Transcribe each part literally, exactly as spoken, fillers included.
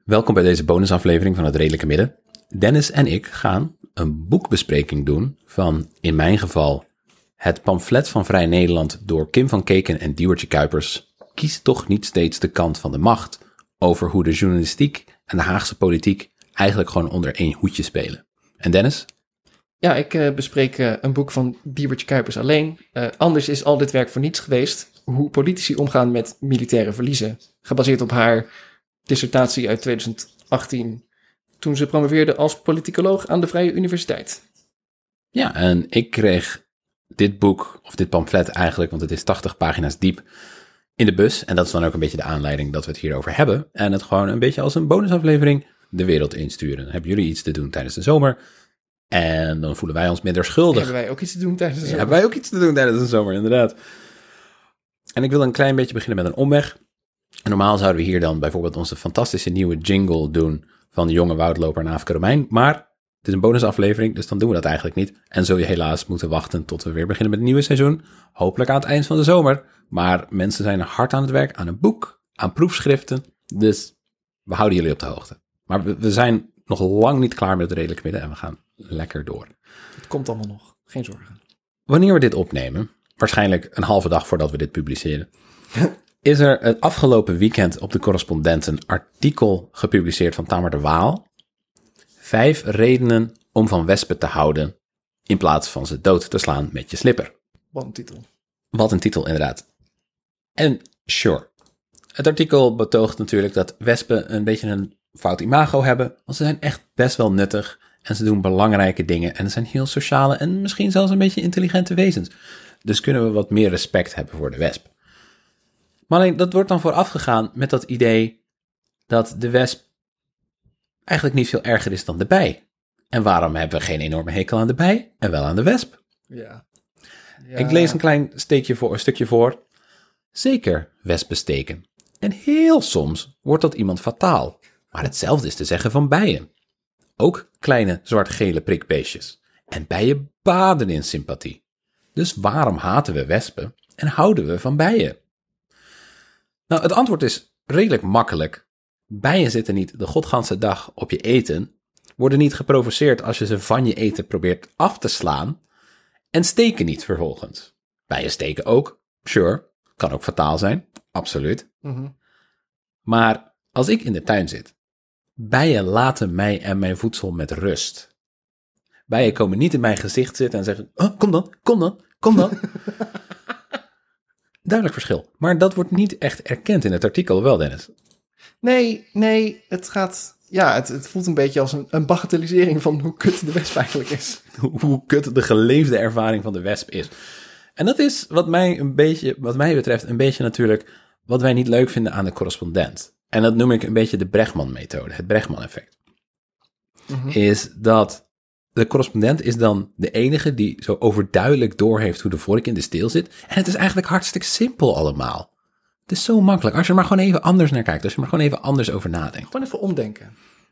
Welkom bij deze bonusaflevering van Het Redelijke Midden. Dennis en ik gaan een boekbespreking doen van, in mijn geval, het pamflet van Vrij Nederland door Kim van Keken en Diewertje Kuipers. Kies toch niet steeds de kant van de macht, over hoe de journalistiek en de Haagse politiek eigenlijk gewoon onder één hoedje spelen. En Dennis? Ja, ik uh, bespreek uh, een boek van Diewertje Kuipers alleen. Uh, anders is al dit werk voor niets geweest. Hoe politici omgaan met militaire verliezen. Gebaseerd op haar dissertatie uit twintig achttien, toen ze promoveerde als politicoloog aan de Vrije Universiteit. Ja, en ik kreeg dit boek, of dit pamflet eigenlijk, want het is tachtig pagina's diep, in de bus. En dat is dan ook een beetje de aanleiding dat we het hierover hebben. En het gewoon een beetje als een bonusaflevering de wereld insturen. Hebben jullie iets te doen tijdens de zomer? En dan voelen wij ons minder schuldig. Hebben wij ook iets te doen tijdens de zomer? Ja, hebben wij ook iets te doen tijdens de zomer, inderdaad. En ik wil een klein beetje beginnen met een omweg. En normaal zouden we hier dan bijvoorbeeld onze fantastische nieuwe jingle doen van de jonge woudloper en Aafke Romein. Maar het is een bonusaflevering, dus dan doen we dat eigenlijk niet. En zul je helaas moeten wachten tot we weer beginnen met het nieuwe seizoen. Hopelijk aan het eind van de zomer. Maar mensen zijn hard aan het werk aan een boek, aan proefschriften. Dus we houden jullie op de hoogte. Maar we, we zijn nog lang niet klaar met het Redelijk Midden en we gaan lekker door. Het komt allemaal nog, geen zorgen. Wanneer we dit opnemen, waarschijnlijk een halve dag voordat we dit publiceren, is er het afgelopen weekend op de Correspondent een artikel gepubliceerd van Tamer de Waal. Vijf redenen om van wespen te houden in plaats van ze dood te slaan met je slipper. Wat een titel. Wat een titel, inderdaad. En sure, het artikel betoogt natuurlijk dat wespen een beetje een fout imago hebben, want ze zijn echt best wel nuttig en ze doen belangrijke dingen en ze zijn heel sociale en misschien zelfs een beetje intelligente wezens. Dus kunnen we wat meer respect hebben voor de wesp. Maar alleen, dat wordt dan voorafgegaan met dat idee dat de wesp eigenlijk niet veel erger is dan de bij. En waarom hebben we geen enorme hekel aan de bij en wel aan de wesp? Ja. Ja. Ik lees een klein steekje voor, een stukje voor. Zeker wespen steken. En heel soms wordt dat iemand fataal. Maar hetzelfde is te zeggen van bijen. Ook kleine zwart-gele prikbeestjes. En bijen baden in sympathie. Dus waarom haten we wespen en houden we van bijen? Nou, het antwoord is redelijk makkelijk. Bijen zitten niet de godganse dag op je eten, worden niet geprovoceerd als je ze van je eten probeert af te slaan en steken niet vervolgens. Bijen steken ook, sure, kan ook fataal zijn, absoluut. Mm-hmm. Maar als ik in de tuin zit, bijen laten mij en mijn voedsel met rust. Bijen komen niet in mijn gezicht zitten en zeggen, oh, kom dan, kom dan, kom dan. Duidelijk verschil. Maar dat wordt niet echt erkend in het artikel, wel Dennis? Nee, nee, het gaat... Ja, het, het voelt een beetje als een, een bagatellisering van hoe kut de wesp eigenlijk is. Hoe kut de geleefde ervaring van de wesp is. En dat is wat mij een beetje, wat mij betreft, een beetje natuurlijk wat wij niet leuk vinden aan de Correspondent. En dat noem ik een beetje de Bregman-methode, het Bregman-effect. Mm-hmm. Is dat de Correspondent is dan de enige die zo overduidelijk doorheeft hoe de vork in de steel zit. En het is eigenlijk hartstikke simpel allemaal. Het is zo makkelijk. Als je er maar gewoon even anders naar kijkt. Als je er maar gewoon even anders over nadenkt. Gewoon even omdenken.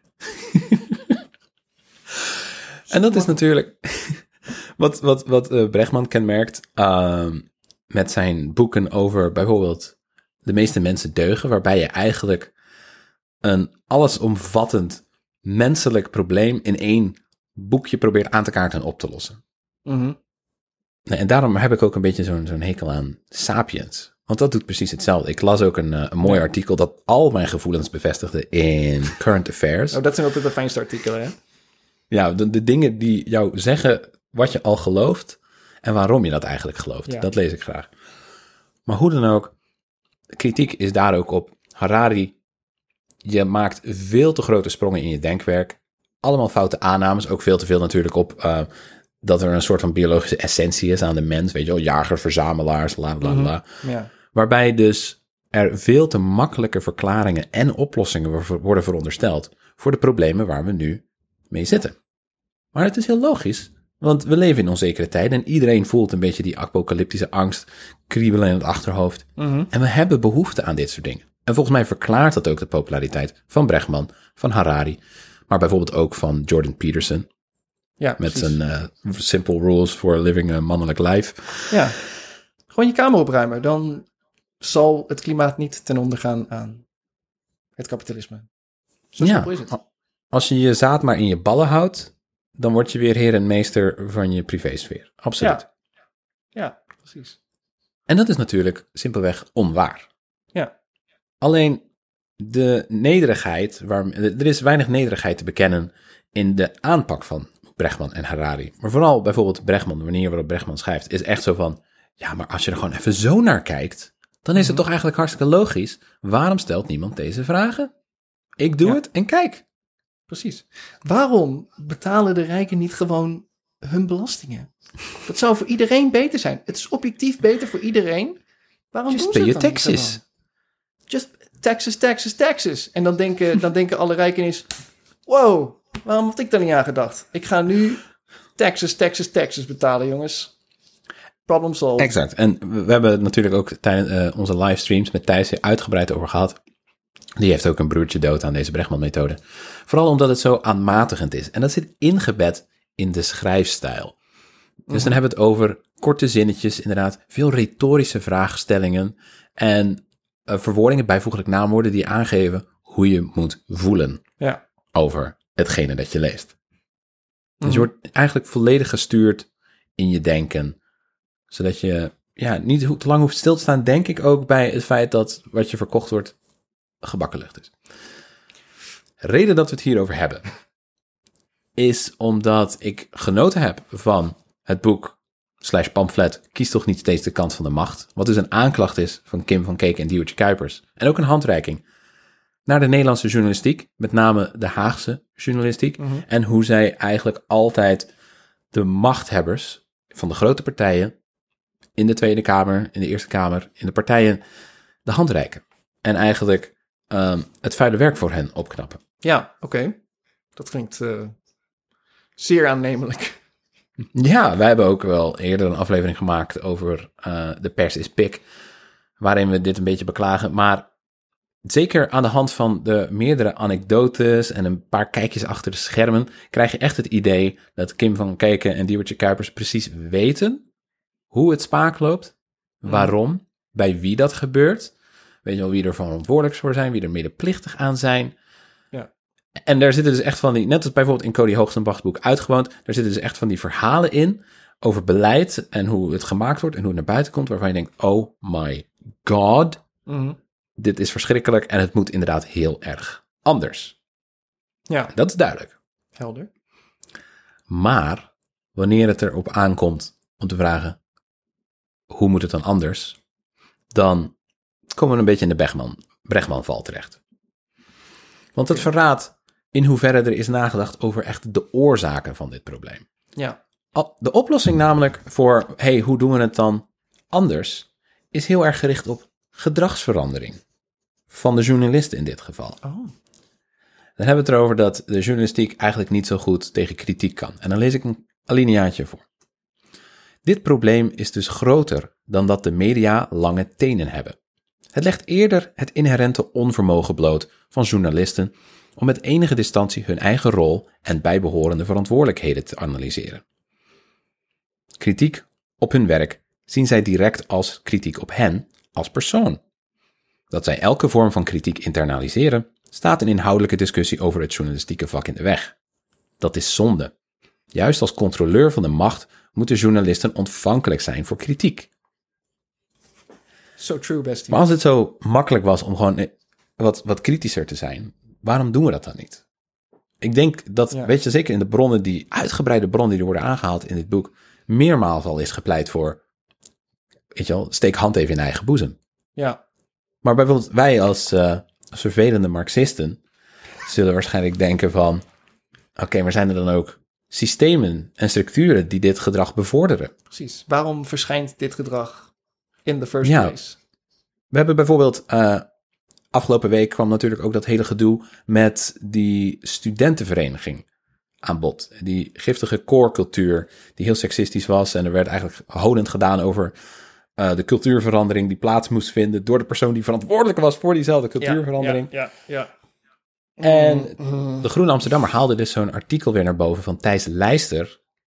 En dat is natuurlijk wat, wat, wat uh, Bregman kenmerkt uh, met zijn boeken over bijvoorbeeld De meeste mensen deugen, waarbij je eigenlijk een allesomvattend menselijk probleem in één boekje probeert aan te kaarten en op te lossen. Mm-hmm. Nee, en daarom heb ik ook een beetje zo'n, zo'n hekel aan Sapiens. Want dat doet precies hetzelfde. Ik las ook een, een mooi artikel dat al mijn gevoelens bevestigde in Current Affairs. Oh, dat zijn altijd de fijnste artikelen, hè? Ja, de, de dingen die jou zeggen wat je al gelooft en waarom je dat eigenlijk gelooft. Ja. Dat lees ik graag. Maar hoe dan ook, kritiek is daar ook op. Harari, je maakt veel te grote sprongen in je denkwerk. Allemaal foute aannames, ook veel te veel natuurlijk op uh, dat er een soort van biologische essentie is aan de mens. Weet je wel, jagers, verzamelaars, bla bla bla. Mm-hmm. Ja. Waarbij dus er veel te makkelijke verklaringen en oplossingen worden verondersteld voor de problemen waar we nu mee zitten. Maar het is heel logisch, want we leven in onzekere tijden en iedereen voelt een beetje die apocalyptische angst kriebelen in het achterhoofd. Mm-hmm. En we hebben behoefte aan dit soort dingen. En volgens mij verklaart dat ook de populariteit van Bregman, van Harari, maar bijvoorbeeld ook van Jordan Peterson. Ja, met precies. zijn uh, Simple Rules for Living a Mannelijk Life. Ja, gewoon je kamer opruimen, dan zal het klimaat niet ten onder gaan aan het kapitalisme. Zo Ja. simpel is het. Als je je zaad maar in je ballen houdt, dan word je weer heer en meester van je privésfeer. Absoluut. Ja. Ja, precies. En dat is natuurlijk simpelweg onwaar. Ja. Alleen de nederigheid, waar, er is weinig nederigheid te bekennen in de aanpak van Bregman en Harari. Maar vooral bijvoorbeeld Bregman, wanneer je wat op Bregman schrijft, is echt zo van, ja, maar als je er gewoon even zo naar kijkt, dan is het Mhm. toch eigenlijk hartstikke logisch. Waarom stelt niemand deze vragen? Ik doe Ja. het en kijk. Precies. Waarom betalen de rijken niet gewoon hun belastingen? Dat zou voor iedereen beter zijn. Het is objectief beter voor iedereen. Waarom Just doen pay ze het your dan niet taxes. gewoon? Just taxes, taxes, taxes. En dan denken, dan denken alle rijken eens, wow, waarom had ik daar niet aan gedacht? Ik ga nu taxes, taxes, taxes betalen, jongens. Problem solved. Exact. En we we hebben het natuurlijk ook tijdens eh, onze livestreams met Thijs er uitgebreid over gehad. Die heeft ook een broertje dood aan deze Bregman-methode. Vooral omdat het zo aanmatigend is. En dat zit ingebed in de schrijfstijl. Dus dan hebben we het over korte zinnetjes, inderdaad, veel retorische vraagstellingen en uh, verwoordingen, bijvoeglijk naamwoorden die aangeven hoe je moet voelen Ja. over hetgene dat je leest. Dus je Mhm. wordt eigenlijk volledig gestuurd in je denken, zodat je ja, niet ho- te lang hoeft stil te staan, denk ik ook bij het feit dat wat je verkocht wordt gebakken lucht is. Reden dat we het hierover hebben is omdat ik genoten heb van het boek slash pamflet Kies toch niet steeds de kant van de macht, wat dus een aanklacht is van Kim van Keek en Diewertje Kuipers. En ook een handreiking naar de Nederlandse journalistiek, met name de Haagse journalistiek, Mhm. en hoe zij eigenlijk altijd de machthebbers van de grote partijen in de Tweede Kamer, in de Eerste Kamer, in de partijen de hand reiken. En eigenlijk um, het vuile werk voor hen opknappen. Ja, oké. Dat klinkt uh, zeer aannemelijk. Ja, wij hebben ook wel eerder een aflevering gemaakt over uh, de pers is pik, waarin we dit een beetje beklagen. Maar zeker aan de hand van de meerdere anekdotes en een paar kijkjes achter de schermen, krijg je echt het idee dat Kim van Keken en Diewertje Kuipers precies weten hoe het spaak loopt, waarom, bij wie dat gebeurt. Weet je wel, wie er verantwoordelijk voor zijn, wie er medeplichtig aan zijn. Ja. En daar zitten dus echt van die, net als bijvoorbeeld in Cody Hoogstenbachs boek Uitgewoond, daar zitten dus echt van die verhalen in over beleid en hoe het gemaakt wordt en hoe het naar buiten komt, waarvan je denkt, oh my god, Mhm. dit is verschrikkelijk en het moet inderdaad heel erg anders. Ja, Dat is duidelijk. helder. Maar wanneer het erop aankomt om te vragen, hoe moet het dan anders, dan komen we een beetje in de Bregman, Bregman-val terecht. Want het verraadt in hoeverre er is nagedacht over echt de oorzaken van dit probleem. Ja. De oplossing namelijk voor, hey, hoe doen we het dan anders, is heel erg gericht op gedragsverandering. Van de journalisten in dit geval. Oh. Dan hebben we het erover dat de journalistiek eigenlijk niet zo goed tegen kritiek kan. En dan lees ik een alineaatje voor. Dit probleem is dus groter dan dat de media lange tenen hebben. Het legt eerder het inherente onvermogen bloot van journalisten om met enige distantie hun eigen rol en bijbehorende verantwoordelijkheden te analyseren. Kritiek op hun werk zien zij direct als kritiek op hen als persoon. Dat zij elke vorm van kritiek internaliseren, staat een inhoudelijke discussie over het journalistieke vak in de weg. Dat is zonde. Juist als controleur van de macht moeten journalisten ontvankelijk zijn voor kritiek. So true, bestie. Maar als het zo makkelijk was om gewoon wat, wat kritischer te zijn, waarom doen we dat dan niet? Ik denk dat, Ja. weet je, zeker in de bronnen, die uitgebreide bronnen die er worden aangehaald in dit boek, meermaals al is gepleit voor, weet je wel, steek hand even in eigen boezem. Ja. Maar bijvoorbeeld wij als uh, vervelende marxisten zullen waarschijnlijk denken van, oké, okay, maar zijn er dan ook systemen en structuren die dit gedrag bevorderen? Precies. Waarom verschijnt dit gedrag in the first Ja. place? We hebben bijvoorbeeld, uh, afgelopen week kwam natuurlijk ook dat hele gedoe met die studentenvereniging aan bod. Die giftige koorcultuur die heel seksistisch was en er werd eigenlijk honend gedaan over uh, de cultuurverandering die plaats moest vinden door de persoon die verantwoordelijk was voor diezelfde cultuurverandering. Ja, ja, ja. En Mm. de Groene Amsterdammer haalde dus zo'n artikel weer naar boven van Thijs Leister,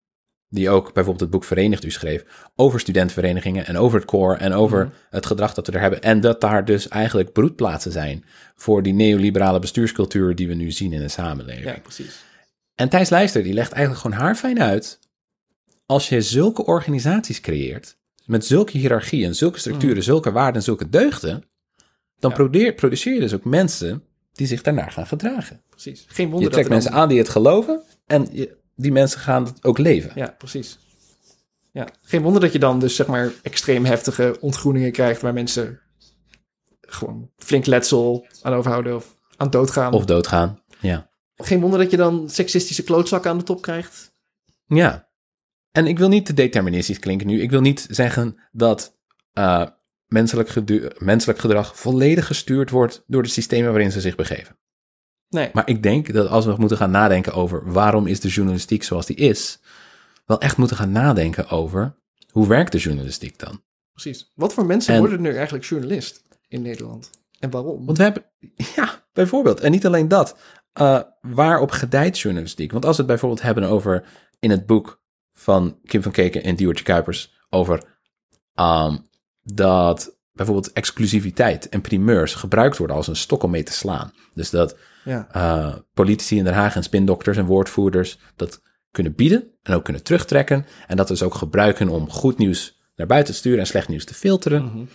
die ook bijvoorbeeld het boek Verenigd U schreef, over studentenverenigingen en over het koor en over mm. het gedrag dat we er hebben. En dat daar dus eigenlijk broedplaatsen zijn voor die neoliberale bestuurscultuur die we nu zien in de samenleving. Ja, precies. En Thijs Leister, die legt eigenlijk gewoon haarfijn uit, als je zulke organisaties creëert, met zulke hiërarchieën, zulke structuren, mm. zulke waarden en zulke deugden, dan ja. produceer, produceer je dus ook mensen die zich daarnaar gaan gedragen. Precies. Geen wonder je trekt dat mensen dan... aan die het geloven en je, die mensen gaan het ook leven. Ja, precies. Ja. Geen wonder dat je dan dus zeg maar extreem heftige ontgroeningen krijgt waar mensen gewoon flink letsel aan overhouden of aan doodgaan. Of doodgaan, ja. Geen wonder dat je dan seksistische klootzakken aan de top krijgt. Ja. En ik wil niet te deterministisch klinken nu. Ik wil niet zeggen dat uh, menselijk, gedu- menselijk gedrag volledig gestuurd wordt door de systemen waarin ze zich begeven. Nee. Maar ik denk dat als we moeten gaan nadenken over waarom is de journalistiek zoals die is, wel echt moeten gaan nadenken over hoe werkt de journalistiek dan? Precies. Wat voor mensen en, worden nu eigenlijk journalist in Nederland? En waarom? Want we hebben, ja, bijvoorbeeld. En niet alleen dat. Uh, waarop gedijt journalistiek? Want als we het bijvoorbeeld hebben over in het boek van Kim van Keken en Diewertje Kuipers over um, dat bijvoorbeeld exclusiviteit en primeurs gebruikt worden als een stok om mee te slaan. Dus dat ja. uh, politici in Den Haag en spindokters en woordvoerders dat kunnen bieden en ook kunnen terugtrekken. En dat we dus ook gebruiken om goed nieuws naar buiten te sturen en slecht nieuws te filteren. Mm-hmm.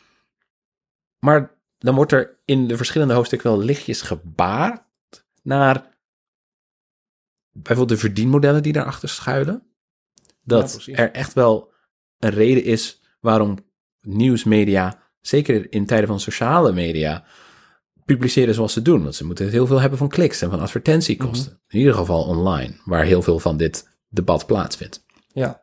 Maar dan wordt er in de verschillende hoofdstukken wel lichtjes gebaard naar bijvoorbeeld de verdienmodellen die daarachter schuilen. Dat ja, er echt wel een reden is waarom nieuwsmedia, zeker in tijden van sociale media, publiceren zoals ze doen. Want ze moeten heel veel hebben van kliks en van advertentiekosten. Mm-hmm. In ieder geval online, waar heel veel van dit debat plaatsvindt. Ja.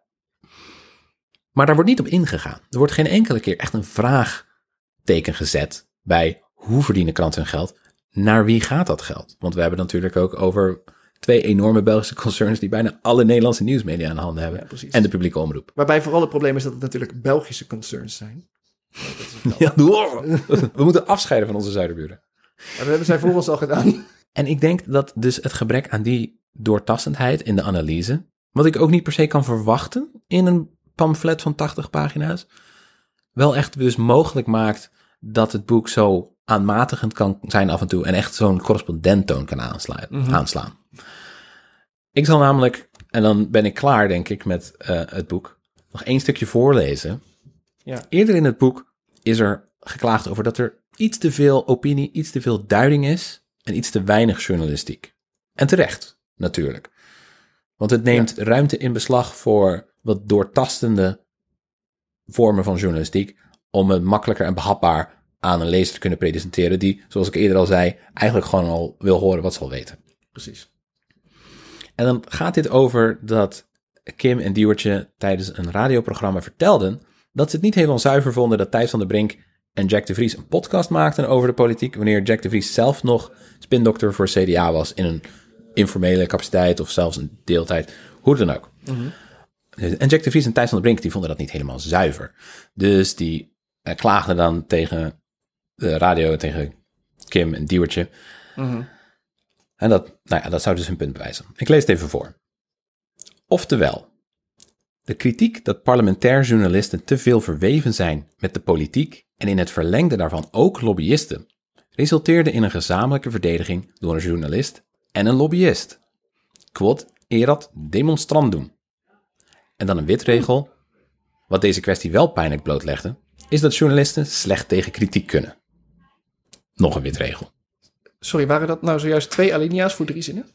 Maar daar wordt niet op ingegaan. Er wordt geen enkele keer echt een vraagteken gezet bij hoe verdienen kranten hun geld, naar wie gaat dat geld? Want we hebben natuurlijk ook over twee enorme Belgische concerns die bijna alle Nederlandse nieuwsmedia aan handen hebben. Ja, en de publieke omroep. Waarbij vooral het probleem is dat het natuurlijk Belgische concerns zijn. Ja, we moeten afscheiden van onze zuiderburen. Maar dat hebben zij voor ons al gedaan. En ik denk dat dus het gebrek aan die doortastendheid in de analyse, wat ik ook niet per se kan verwachten in een pamflet van tachtig pagina's, wel echt dus mogelijk maakt dat het boek zo aanmatigend kan zijn af en toe en echt zo'n correspondenttoon kan aanslaan. Mm-hmm. aanslaan. Ik zal namelijk, en dan ben ik klaar denk ik met uh, het boek, nog één stukje voorlezen. Ja. Eerder in het boek is er geklaagd over dat er iets te veel opinie, iets te veel duiding is en iets te weinig journalistiek. En terecht, natuurlijk. Want het neemt ja. ruimte in beslag voor wat doortastende vormen van journalistiek om het makkelijker en behapbaar aan een lezer te kunnen presenteren die, zoals ik eerder al zei, eigenlijk gewoon al wil horen wat ze al weten. Precies. En dan gaat dit over dat Kim en Diewertje tijdens een radioprogramma vertelden dat ze het niet helemaal zuiver vonden dat Thijs van der Brink en Jack de Vries een podcast maakten over de politiek, wanneer Jack de Vries zelf nog spindokter voor C D A was in een informele capaciteit of zelfs een deeltijd, hoe dan ook. Mm-hmm. En Jack de Vries en Thijs van der Brink, die vonden dat niet helemaal zuiver. Dus die uh, klaagden dan tegen de radio, tegen Kim en Diewertje. Mm-hmm. En dat, nou ja, dat zou dus hun punt bewijzen. Ik lees het even voor. Oftewel, de kritiek dat parlementair journalisten te veel verweven zijn met de politiek en in het verlengde daarvan ook lobbyisten, resulteerde in een gezamenlijke verdediging door een journalist en een lobbyist. Quod erat demonstrandum. En dan een witregel. Wat deze kwestie wel pijnlijk blootlegde, is dat journalisten slecht tegen kritiek kunnen. Nog een witregel. Sorry, waren dat nou zojuist twee alinea's voor drie zinnen?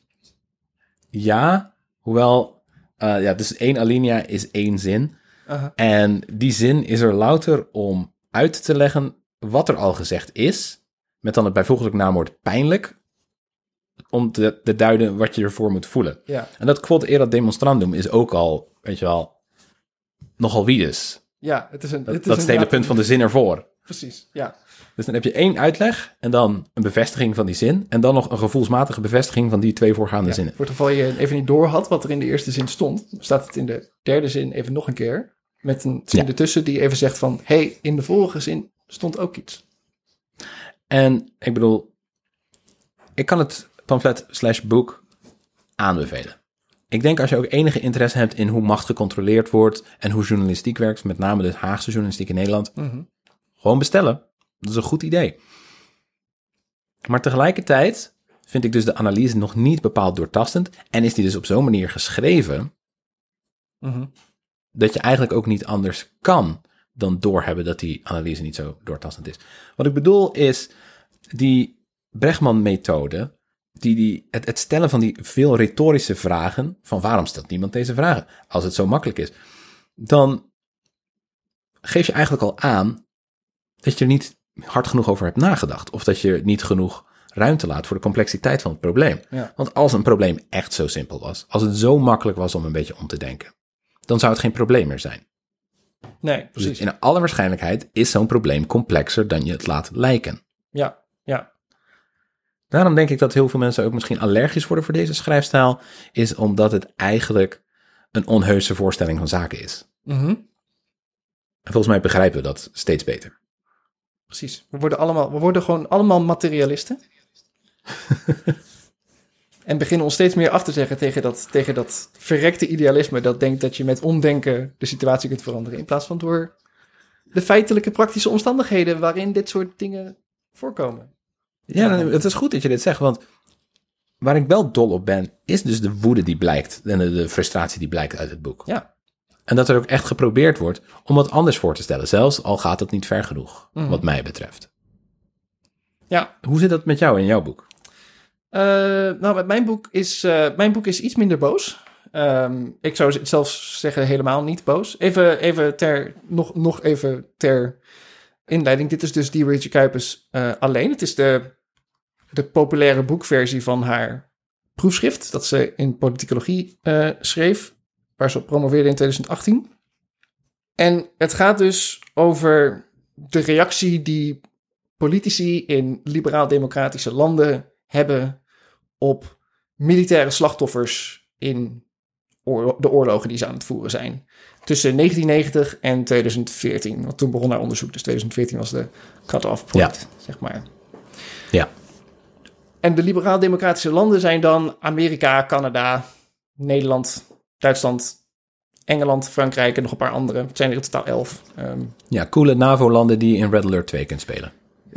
Ja, hoewel, uh, ja, dus één alinea is één zin. Uh-huh. En die zin is er louter om uit te leggen wat er al gezegd is, met dan het bijvoeglijk naamwoord pijnlijk, om te, te duiden wat je ervoor moet voelen. Ja. En dat quod erat demonstrandum is ook al, weet je wel, nogal wiedes. Ja, het is een... Dat, het is dat is het hele punt van de zin ervoor. Precies, ja. Dus dan heb je één uitleg en dan een bevestiging van die zin en dan nog een gevoelsmatige bevestiging van die twee voorgaande ja, zinnen. Voor het geval je even niet door had wat er in de eerste zin stond, staat het in de derde zin even nog een keer met een zin ja. ertussen die even zegt van, hé, hey, in de vorige zin stond ook iets. En ik bedoel, ik kan het pamflet slash boek aanbevelen. Ik denk als je ook enige interesse hebt in hoe macht gecontroleerd wordt en hoe journalistiek werkt, met name de Haagse journalistiek in Nederland, Mm-hmm. gewoon bestellen. Dat is een goed idee. Maar tegelijkertijd vind ik dus de analyse nog niet bepaald doortastend en is die dus op zo'n manier geschreven Mm-hmm. dat je eigenlijk ook niet anders kan dan doorhebben dat die analyse niet zo doortastend is. Wat ik bedoel is die Bregman-methode, die, die, het, het stellen van die veel retorische vragen, van waarom stelt niemand deze vragen, als het zo makkelijk is, dan geef je eigenlijk al aan dat je er niet hard genoeg over hebt nagedacht, of dat je niet genoeg ruimte laat voor de complexiteit van het probleem. Ja. Want als een probleem echt zo simpel was, als het zo makkelijk was om een beetje om te denken, dan zou het geen probleem meer zijn. Nee, precies. Dus in alle waarschijnlijkheid is zo'n probleem complexer dan je het laat lijken. Ja, ja. Daarom denk ik dat heel veel mensen ook misschien allergisch worden voor deze schrijfstijl, is omdat het eigenlijk een onheuse voorstelling van zaken is. Mm-hmm. En volgens mij begrijpen we dat steeds beter. Precies. We worden, allemaal, we worden gewoon allemaal materialisten. En beginnen ons steeds meer af te zeggen tegen dat, tegen dat verrekte idealisme dat denkt dat je met omdenken de situatie kunt veranderen, in plaats van door de feitelijke praktische omstandigheden waarin dit soort dingen voorkomen. Ja, nou, het is goed dat je dit zegt, want waar ik wel dol op ben, is dus de woede die blijkt en de, de frustratie die blijkt uit het boek. Ja. En dat er ook echt geprobeerd wordt om wat anders voor te stellen, zelfs al gaat het niet ver genoeg, Mhm. wat mij betreft. Ja. Hoe zit dat met jou in jouw boek? Uh, nou, met mijn boek is, uh, mijn boek is iets minder boos. Um, ik zou zelfs zeggen helemaal niet boos. Even, even ter, nog, nog even ter inleiding. Dit is dus Diewertje Kuipers uh, alleen. Het is de, de populaire boekversie van haar proefschrift, dat ze in politicologie uh, schreef, waar ze op promoveerde in twintig achttien. En het gaat dus over de reactie die politici in liberaal-democratische landen hebben op militaire slachtoffers in oorlo- de oorlogen die ze aan het voeren zijn. Tussen negentien negentig en twintig veertien. Want toen begon haar onderzoek, dus twintig veertien was de cut-off point, Ja. zeg maar. Ja. En de liberaal-democratische landen zijn dan Amerika, Canada, Nederland, Duitsland, Engeland, Frankrijk en nog een paar andere. Het zijn er in totaal elf. Um, Ja, coole NAVO-landen die je in Red Alert twee kunt spelen.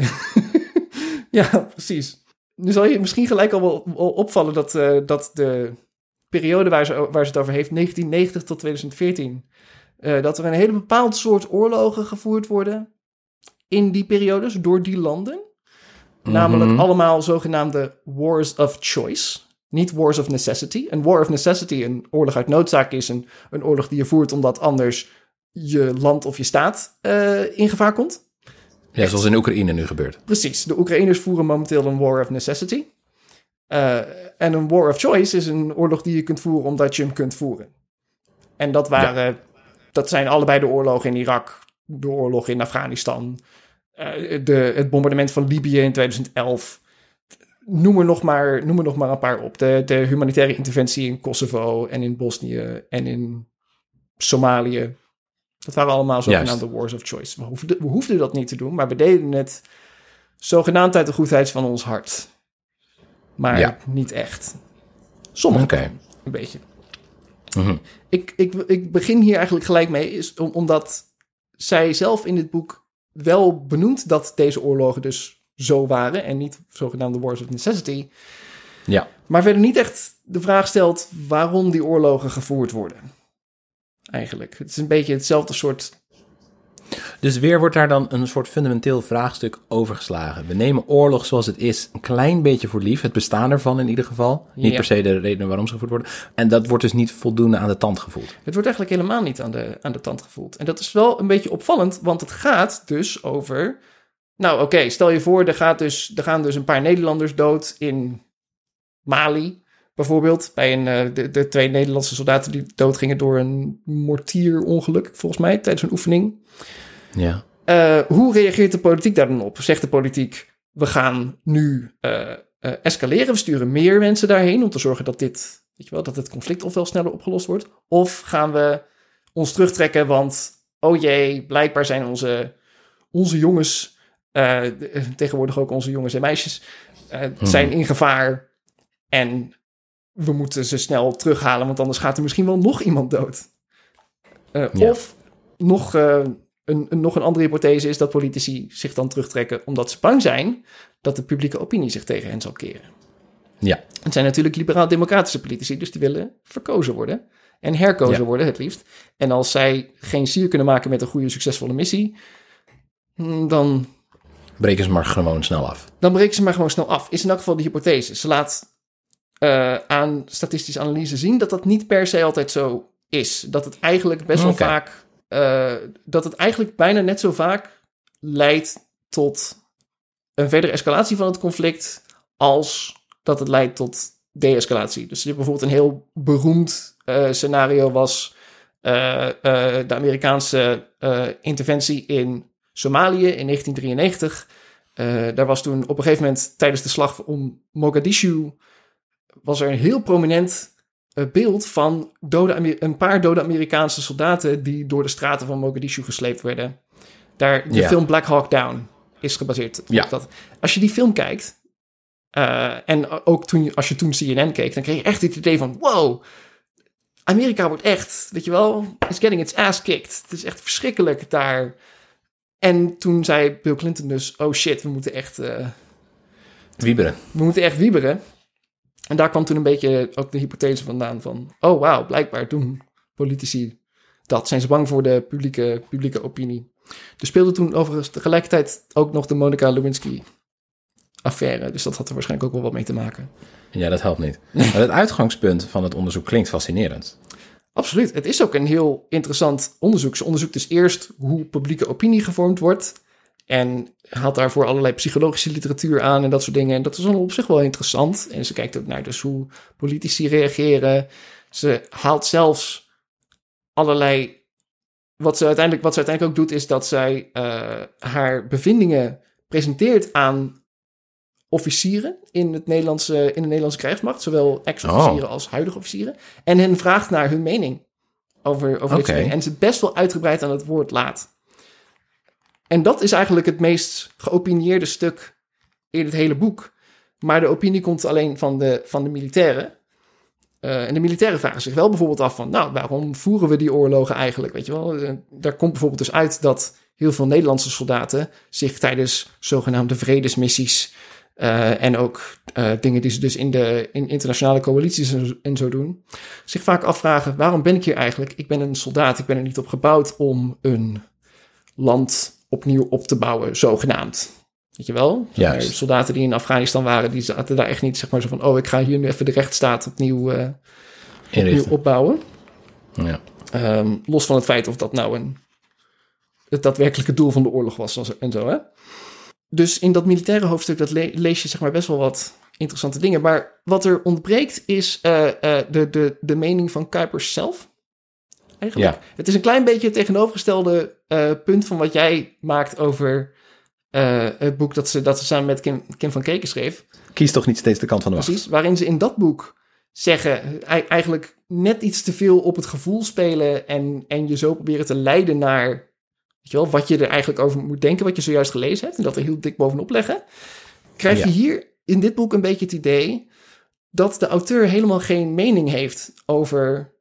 ja, precies. Nu zal je misschien gelijk al wel opvallen dat, uh, dat de periode waar ze, waar ze het over heeft, negentien negentig tot twintig veertien, uh, dat er een hele bepaald soort oorlogen gevoerd worden in die periodes door die landen. Mm-hmm. Namelijk allemaal zogenaamde wars of choice. Niet wars of necessity. Een war of necessity, een oorlog uit noodzaak, is een, een oorlog die je voert omdat anders je land of je staat uh, in gevaar komt. Ja, zoals in Oekraïne nu gebeurt. Precies. De Oekraïners voeren momenteel een war of necessity. Uh, en een war of choice is een oorlog die je kunt voeren omdat je hem kunt voeren. En dat waren, ja. dat zijn allebei de oorlogen in Irak, de oorlog in Afghanistan, uh, de, het bombardement van Libië in twintig elf. Noem er nog maar, noem er nog maar een paar op. De, de humanitaire interventie in Kosovo en in Bosnië en in Somalië. Dat waren allemaal zogenaamde wars of choice. We hoefden, we hoefden dat niet te doen, maar we deden het zogenaamd uit de goedheid van ons hart. Maar ja. niet echt. Sommige okay. een beetje. Mm-hmm. Ik, ik, ik begin hier eigenlijk gelijk mee, is om, omdat zij zelf in dit boek wel benoemt dat deze oorlogen dus zo waren en niet zogenaamde wars of necessity. Ja. Maar verder niet echt de vraag stelt waarom die oorlogen gevoerd worden. Eigenlijk. Het is een beetje hetzelfde soort. Dus weer wordt daar dan een soort fundamenteel vraagstuk overgeslagen. We nemen oorlog zoals het is een klein beetje voor lief. Het bestaan ervan in ieder geval. Niet ja. per se de reden waarom ze gevoerd worden. En dat wordt dus niet voldoende aan de tand gevoeld. Het wordt eigenlijk helemaal niet aan de, aan de tand gevoeld. En dat is wel een beetje opvallend, want het gaat dus over. Nou, oké, okay, stel je voor, er, gaat dus, er gaan dus een paar Nederlanders dood in Mali. Bijvoorbeeld bij een, uh, de, de twee Nederlandse soldaten die doodgingen door een mortierongeluk, volgens mij, tijdens een oefening. Ja. Uh, hoe reageert de politiek daar dan op? Zegt de politiek, we gaan nu uh, uh, escaleren, we sturen meer mensen daarheen om te zorgen dat dit, weet je wel, dat het conflict ofwel sneller opgelost wordt? Of gaan we ons terugtrekken, want, oh jee, blijkbaar zijn onze, onze jongens, uh, tegenwoordig ook onze jongens en meisjes, uh, hmm. zijn in gevaar en we moeten ze snel terughalen, want anders gaat er misschien wel nog iemand dood. Uh, Ja. Of nog, uh, een, een, nog een andere hypothese is dat politici zich dan terugtrekken omdat ze bang zijn dat de publieke opinie zich tegen hen zal keren. Ja. Het zijn natuurlijk liberaal-democratische politici, dus die willen verkozen worden en herkozen Ja. worden het liefst. En als zij geen sier kunnen maken met een goede, succesvolle missie, dan, Breken ze maar gewoon snel af. dan breken ze maar gewoon snel af. Is in elk geval de hypothese. Ze laat uh, aan statistische analyse zien dat dat niet per se altijd zo is. Dat het eigenlijk best wel Oké. vaak, uh, dat het eigenlijk bijna net zo vaak leidt tot een verdere escalatie van het conflict als dat het leidt tot de-escalatie. Dus je hebt bijvoorbeeld een heel beroemd uh, scenario was uh, uh, de Amerikaanse uh, interventie in Somalië in negentien drieënnegentig. Uh, daar was toen op een gegeven moment tijdens de slag om Mogadishu was er een heel prominent uh, beeld van dode Amer- een paar dode Amerikaanse soldaten die door de straten van Mogadishu gesleept werden. Daar, de Ja. film Black Hawk Down is gebaseerd op Ja. dat. Als je die film kijkt, uh, en ook toen, als je toen C N N keek, dan kreeg je echt het idee van, wow, Amerika wordt echt, weet je wel, is getting its ass kicked. Het is echt verschrikkelijk daar. En toen zei Bill Clinton dus, oh shit, we moeten echt, uh, Wieberen. we moeten echt wieberen. En daar kwam toen een beetje ook de hypothese vandaan van, oh wauw, blijkbaar doen politici dat. Zijn ze bang voor de publieke, publieke opinie. Er speelde toen overigens tegelijkertijd ook nog de Monica Lewinsky-affaire. Dus dat had er waarschijnlijk ook wel wat mee te maken. Ja, dat helpt niet. Maar het uitgangspunt van het onderzoek klinkt fascinerend. Absoluut. Het is ook een heel interessant onderzoek. Ze onderzoekt dus eerst hoe publieke opinie gevormd wordt. En haalt daarvoor allerlei psychologische literatuur aan en dat soort dingen. En dat is dan op zich wel interessant. En ze kijkt ook naar dus hoe politici reageren. Ze haalt zelfs allerlei... Wat ze uiteindelijk, wat ze uiteindelijk ook doet, is dat zij uh, haar bevindingen presenteert aan officieren in, het Nederlandse, in de Nederlandse krijgsmacht. Zowel ex-officieren Oh. als huidige officieren. En hen vraagt naar hun mening over, over dit Oké. soort dingen. En ze best wel uitgebreid aan het woord laat. En dat is eigenlijk het meest geopinieerde stuk in het hele boek. Maar de opinie komt alleen van de, van de militairen. Uh, en de militairen vragen zich wel bijvoorbeeld af van, nou, waarom voeren we die oorlogen eigenlijk? Weet je wel, uh, daar komt bijvoorbeeld dus uit dat heel veel Nederlandse soldaten zich tijdens zogenaamde vredesmissies uh, en ook uh, dingen die ze dus in de in internationale coalities en zo, en zo doen, zich vaak afvragen, waarom ben ik hier eigenlijk? Ik ben een soldaat, ik ben er niet op gebouwd om een land opnieuw op te bouwen, zogenaamd. Weet je wel? Juist. Soldaten die in Afghanistan waren, die zaten daar echt niet zeg maar zo van, oh, ik ga hier nu even de rechtsstaat opnieuw, uh, opnieuw Inrichten. opbouwen. Ja. Um, los van het feit of dat nou een, het daadwerkelijke doel van de oorlog was en zo, hè? Dus in dat militaire hoofdstuk, dat le- lees je zeg maar best wel wat interessante dingen. Maar wat er ontbreekt is uh, uh, de, de, de mening van Kuipers zelf. Eigenlijk. Ja. Het is een klein beetje het tegenovergestelde uh, punt van wat jij maakt over uh, het boek dat ze, dat ze samen met Kim, Kim van Keken schreef. Kies toch niet steeds de kant van de macht. Precies, waarin ze in dat boek zeggen, eigenlijk net iets te veel op het gevoel spelen en, en je zo proberen te leiden naar, weet je wel, wat je er eigenlijk over moet denken, wat je zojuist gelezen hebt, en dat er heel dik bovenop leggen, krijg je Ja. hier in dit boek een beetje het idee dat de auteur helemaal geen mening heeft over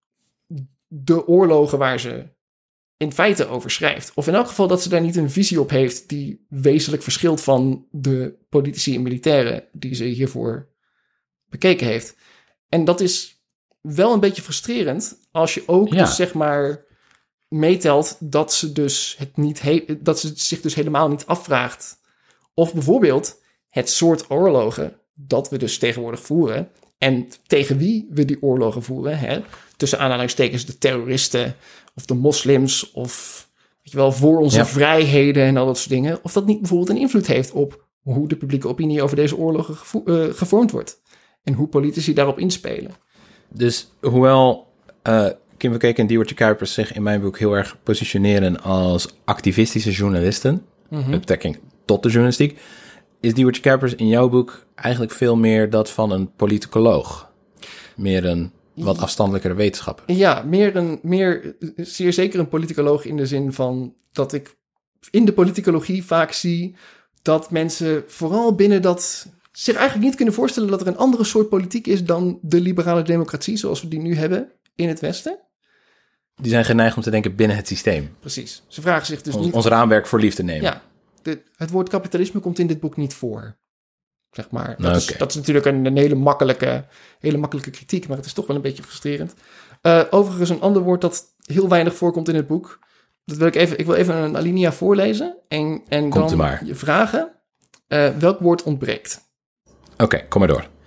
de oorlogen waar ze in feite over schrijft. Of in elk geval dat ze daar niet een visie op heeft die wezenlijk verschilt van de politici en militairen die ze hiervoor bekeken heeft. En dat is wel een beetje frustrerend als je ook Ja. dus zeg maar meetelt dat ze dus het niet he- dat ze zich dus helemaal niet afvraagt of bijvoorbeeld het soort oorlogen dat we dus tegenwoordig voeren en tegen wie we die oorlogen voeren, hè, tussen aanhalingstekens de terroristen of de moslims of weet je wel, voor onze Ja. vrijheden en al dat soort dingen, of dat niet bijvoorbeeld een invloed heeft op hoe de publieke opinie over deze oorlogen gevo- uh, gevormd wordt en hoe politici daarop inspelen. Dus hoewel uh, Kim van Keken en Diewertje Kuipers zich in mijn boek heel erg positioneren als activistische journalisten, Mm-hmm. met betrekking tot de journalistiek, is Diewertje Kuipers in jouw boek eigenlijk veel meer dat van een politicoloog. Meer een wat afstandelijkere wetenschapper. Ja, meer een, meer, zeer zeker een politicoloog in de zin van dat ik in de politicologie vaak zie dat mensen vooral binnen dat zich eigenlijk niet kunnen voorstellen dat er een andere soort politiek is dan de liberale democratie zoals we die nu hebben in het Westen. Die zijn geneigd om te denken binnen het systeem. Precies. Ze vragen zich dus ons, niet... Ons raamwerk voor lief te nemen. Ja, de, het woord kapitalisme komt in dit boek niet voor. Zeg maar. Dat, Nou, is, okay. dat is natuurlijk een, een hele, makkelijke, hele makkelijke kritiek, maar het is toch wel een beetje frustrerend. Uh, overigens een ander woord dat heel weinig voorkomt in het boek. Dat wil ik even, ik wil even een alinea voorlezen en, en dan maar. je vragen uh, welk woord ontbreekt. Oké, okay, kom maar door.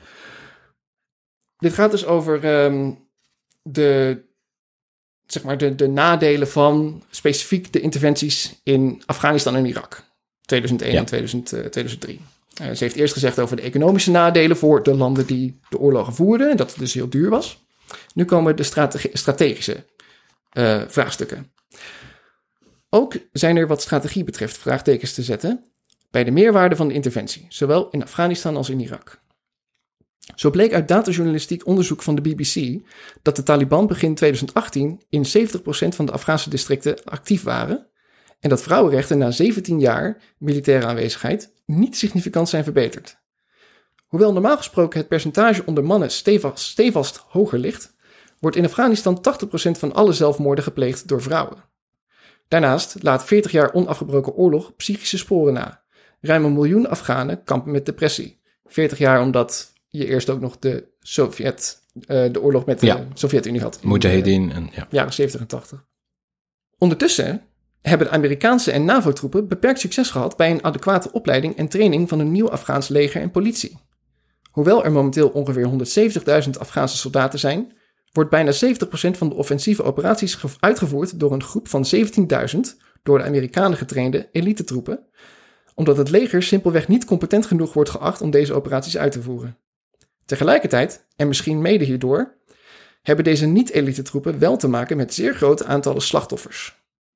Dit gaat dus over um, de, zeg maar de, de nadelen van specifiek de interventies in Afghanistan en Irak. tweeduizend één ja. en tweeduizend, uh, tweeduizend drie. Uh, ze heeft eerst gezegd over de economische nadelen voor de landen die de oorlogen voerden. En dat het dus heel duur was. Nu komen de strate- strategische uh, vraagstukken. Ook zijn er wat strategie betreft vraagtekens te zetten bij de meerwaarde van de interventie, zowel in Afghanistan als in Irak. Zo bleek uit datajournalistiek onderzoek van de B B C dat de Taliban begin tweeduizend achttien in zeventig procent van de Afghaanse districten actief waren en dat vrouwenrechten na zeventien jaar militaire aanwezigheid niet significant zijn verbeterd. Hoewel normaal gesproken het percentage onder mannen stevast, stevast hoger ligt, wordt in Afghanistan tachtig procent van alle zelfmoorden gepleegd door vrouwen. Daarnaast laat veertig jaar onafgebroken oorlog psychische sporen na. Ruim een miljoen Afghanen kampen met depressie. veertig jaar omdat je eerst ook nog de, Sovjet, uh, de oorlog met de ja. Sovjet-Unie had. Mujahedin. En ja. Jaren zeventig en tachtig. Ondertussen hebben de Amerikaanse en NAVO-troepen beperkt succes gehad bij een adequate opleiding en training van een nieuw Afghaans leger en politie. Hoewel er momenteel ongeveer honderdzeventigduizend Afghaanse soldaten zijn, wordt bijna zeventig procent van de offensieve operaties ge- uitgevoerd door een groep van zeventienduizend door de Amerikanen getrainde elitetroepen, omdat het leger simpelweg niet competent genoeg wordt geacht om deze operaties uit te voeren. Tegelijkertijd, en misschien mede hierdoor, hebben deze niet-elitetroepen wel te maken met zeer grote aantallen slachtoffers.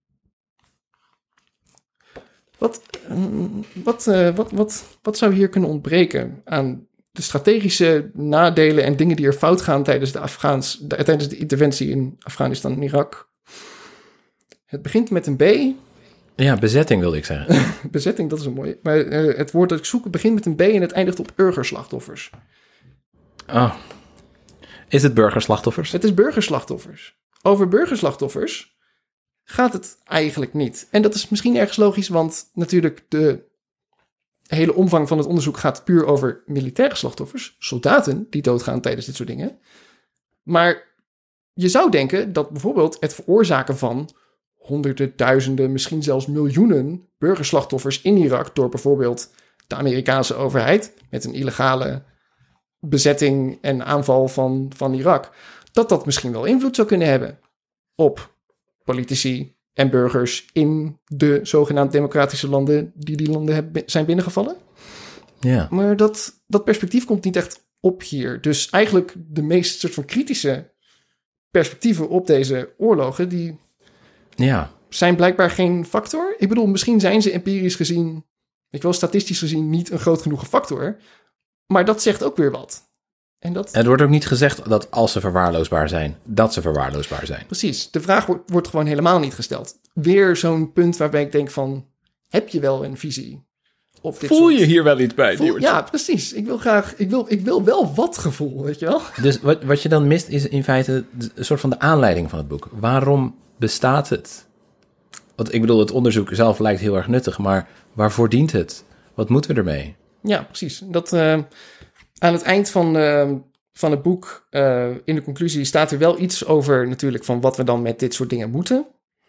Wat, wat, uh, wat, wat, wat zou hier kunnen ontbreken aan de strategische nadelen en dingen die er fout gaan tijdens de, Afghaans, de, tijdens de interventie in Afghanistan en Irak? Het begint met een B. Ja, bezetting wilde ik zeggen. Bezetting, dat is een mooie. Maar uh, het woord dat ik zoek begint met een B en het eindigt op burgerslachtoffers. Oh. Is het burgerslachtoffers? Het is burgerslachtoffers. Over burgerslachtoffers gaat het eigenlijk niet. En dat is misschien ergens logisch, want natuurlijk de hele omvang van het onderzoek gaat puur over militaire slachtoffers. Soldaten die doodgaan tijdens dit soort dingen. Maar je zou denken dat bijvoorbeeld het veroorzaken van honderden, duizenden, misschien zelfs miljoenen burgerslachtoffers in Irak door bijvoorbeeld de Amerikaanse overheid met een illegale bezetting en aanval van, van Irak, dat dat misschien wel invloed zou kunnen hebben op politici en burgers in de zogenaamd democratische landen die die landen hebben, zijn binnengevallen. Ja. Maar dat, dat perspectief komt niet echt op hier. Dus eigenlijk de meest soort van kritische perspectieven op deze oorlogen, die ja. zijn blijkbaar geen factor. Ik bedoel, misschien zijn ze empirisch gezien, ik wil statistisch gezien niet een groot genoeg factor, maar dat zegt ook weer wat. En dat... Het wordt ook niet gezegd dat als ze verwaarloosbaar zijn, dat ze verwaarloosbaar zijn. Precies. De vraag wordt, wordt gewoon helemaal niet gesteld. Weer zo'n punt waarbij ik denk van, heb je wel een visie op dit Voel soort... je hier wel iets bij? Voel... Ja, precies. Ik wil graag, ik wil, ik wil wel wat gevoel, weet je wel? Dus wat, wat je dan mist is in feite een soort van de aanleiding van het boek. Waarom bestaat het? Want ik bedoel, het onderzoek zelf lijkt heel erg nuttig, maar waarvoor dient het? Wat moeten we ermee? Ja, precies. Dat, uh, aan het eind van, uh, van het boek, uh, in de conclusie, staat er wel iets over natuurlijk van wat we dan met dit soort dingen moeten.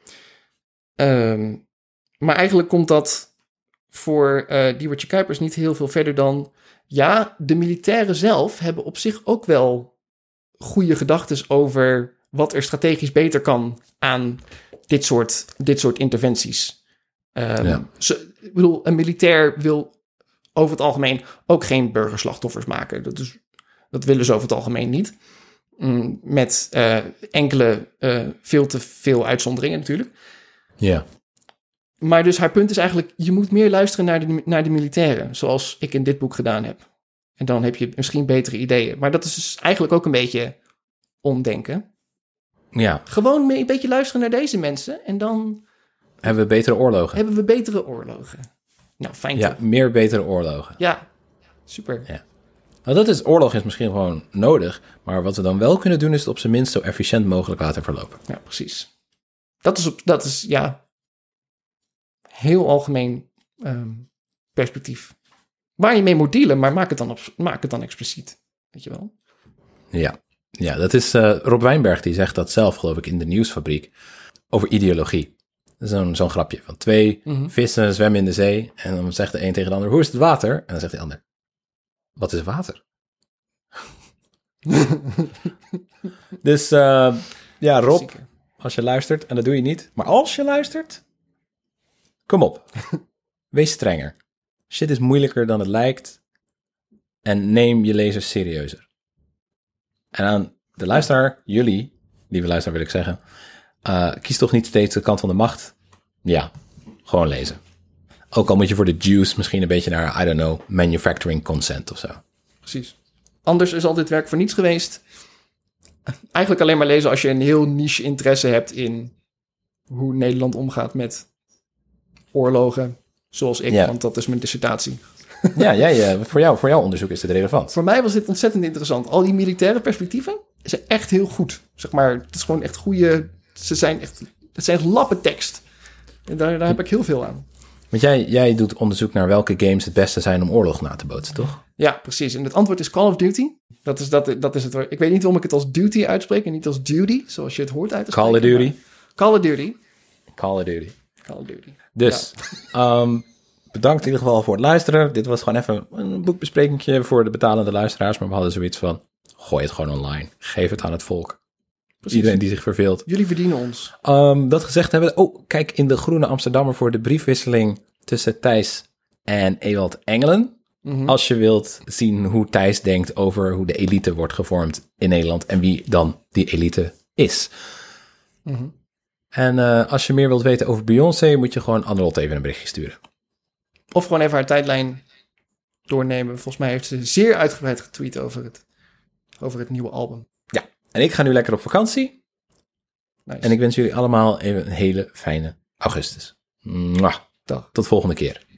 Um, maar eigenlijk komt dat voor uh, Diewertje Kuipers niet heel veel verder dan, ja, de militairen zelf hebben op zich ook wel goede gedachten over wat er strategisch beter kan aan dit soort, dit soort interventies. Um, ja. zo, ik bedoel, een militair wil over het algemeen ook geen burgerslachtoffers maken. Dat, is, dat willen ze over het algemeen niet. Mm, met uh, enkele, uh, veel te veel uitzonderingen natuurlijk. Ja. Maar dus haar punt is eigenlijk, je moet meer luisteren naar de, naar de militairen, zoals ik in dit boek gedaan heb. En dan heb je misschien betere ideeën. Maar dat is dus eigenlijk ook een beetje omdenken. Ja. Gewoon een beetje luisteren naar deze mensen en dan hebben we betere oorlogen. Hebben we betere oorlogen. Nou, fijn Ja, toch? meer betere oorlogen. Ja, Super. Ja. Nou, dat is, oorlog is misschien gewoon nodig, maar wat we dan wel kunnen doen is het op zijn minst zo efficiënt mogelijk laten verlopen. Ja, precies. Dat is, op, dat is ja, heel algemeen um, perspectief. Waar je mee moet dealen, maar maak het dan, op, maak het dan expliciet. Weet je wel? Ja, ja dat is uh, Rob Wijnberg, die zegt dat zelf, geloof ik, in de Nieuwsfabriek, over ideologie. Zo'n, zo'n grapje van twee mm-hmm. vissen zwemmen in de zee en dan zegt de een tegen de ander, hoe is het water? En dan zegt de ander, wat is water? Dus uh, ja, Rob, Zeker. Als je luistert, en dat doe je niet, maar als je luistert, kom op. Wees strenger. Shit is moeilijker dan het lijkt en neem je lezers serieuzer. En aan de luisteraar, jullie, lieve luisteraar wil ik zeggen, uh, kies toch niet steeds de kant van de macht. Ja, gewoon lezen. Ook al moet je voor de juice misschien een beetje naar, I don't know, manufacturing consent of zo. Precies. Anders is al dit werk voor niets geweest. Eigenlijk alleen maar lezen als je een heel niche interesse hebt in hoe Nederland omgaat met oorlogen, zoals ik, ja. Want dat is mijn dissertatie. Ja, jij, voor, jou, voor jouw onderzoek is dit relevant. Voor mij was dit ontzettend interessant. Al die militaire perspectieven zijn echt heel goed. Zeg maar, het is gewoon echt goede, ze zijn echt, het zijn echt lappen tekst. En daar, daar heb ik heel veel aan. Want jij, jij doet onderzoek naar welke games het beste zijn om oorlog na te bootsen, toch? Ja, precies. En het antwoord is Call of Duty. Dat is, dat, dat is het. Ik weet niet waarom ik het als duty uitspreek en niet als duty, zoals je het hoort uit te spreken. Call of Duty. Call of Duty. Call of Duty. Call of Duty. Dus, ja. um, bedankt in ieder geval voor het luisteren. Dit was gewoon even een boekbesprekingje voor de betalende luisteraars, maar we hadden zoiets van, gooi het gewoon online. Geef het aan het volk. Precies. Iedereen die zich verveelt. Jullie verdienen ons. Um, dat gezegd hebben, oh, kijk in de Groene Amsterdammer voor de briefwisseling tussen Thijs en Ewald Engelen. Mm-hmm. Als je wilt zien hoe Thijs denkt over hoe de elite wordt gevormd in Nederland en wie dan die elite is. Mm-hmm. En uh, als je meer wilt weten over Beyoncé, moet je gewoon Annelot even een berichtje sturen. Of gewoon even haar tijdlijn doornemen. Volgens mij heeft ze zeer uitgebreid getweet over het, over het nieuwe album. Ja, en ik ga nu lekker op vakantie. Nice. En ik wens jullie allemaal even een hele fijne augustus. Mwah. Dag. Tot volgende keer.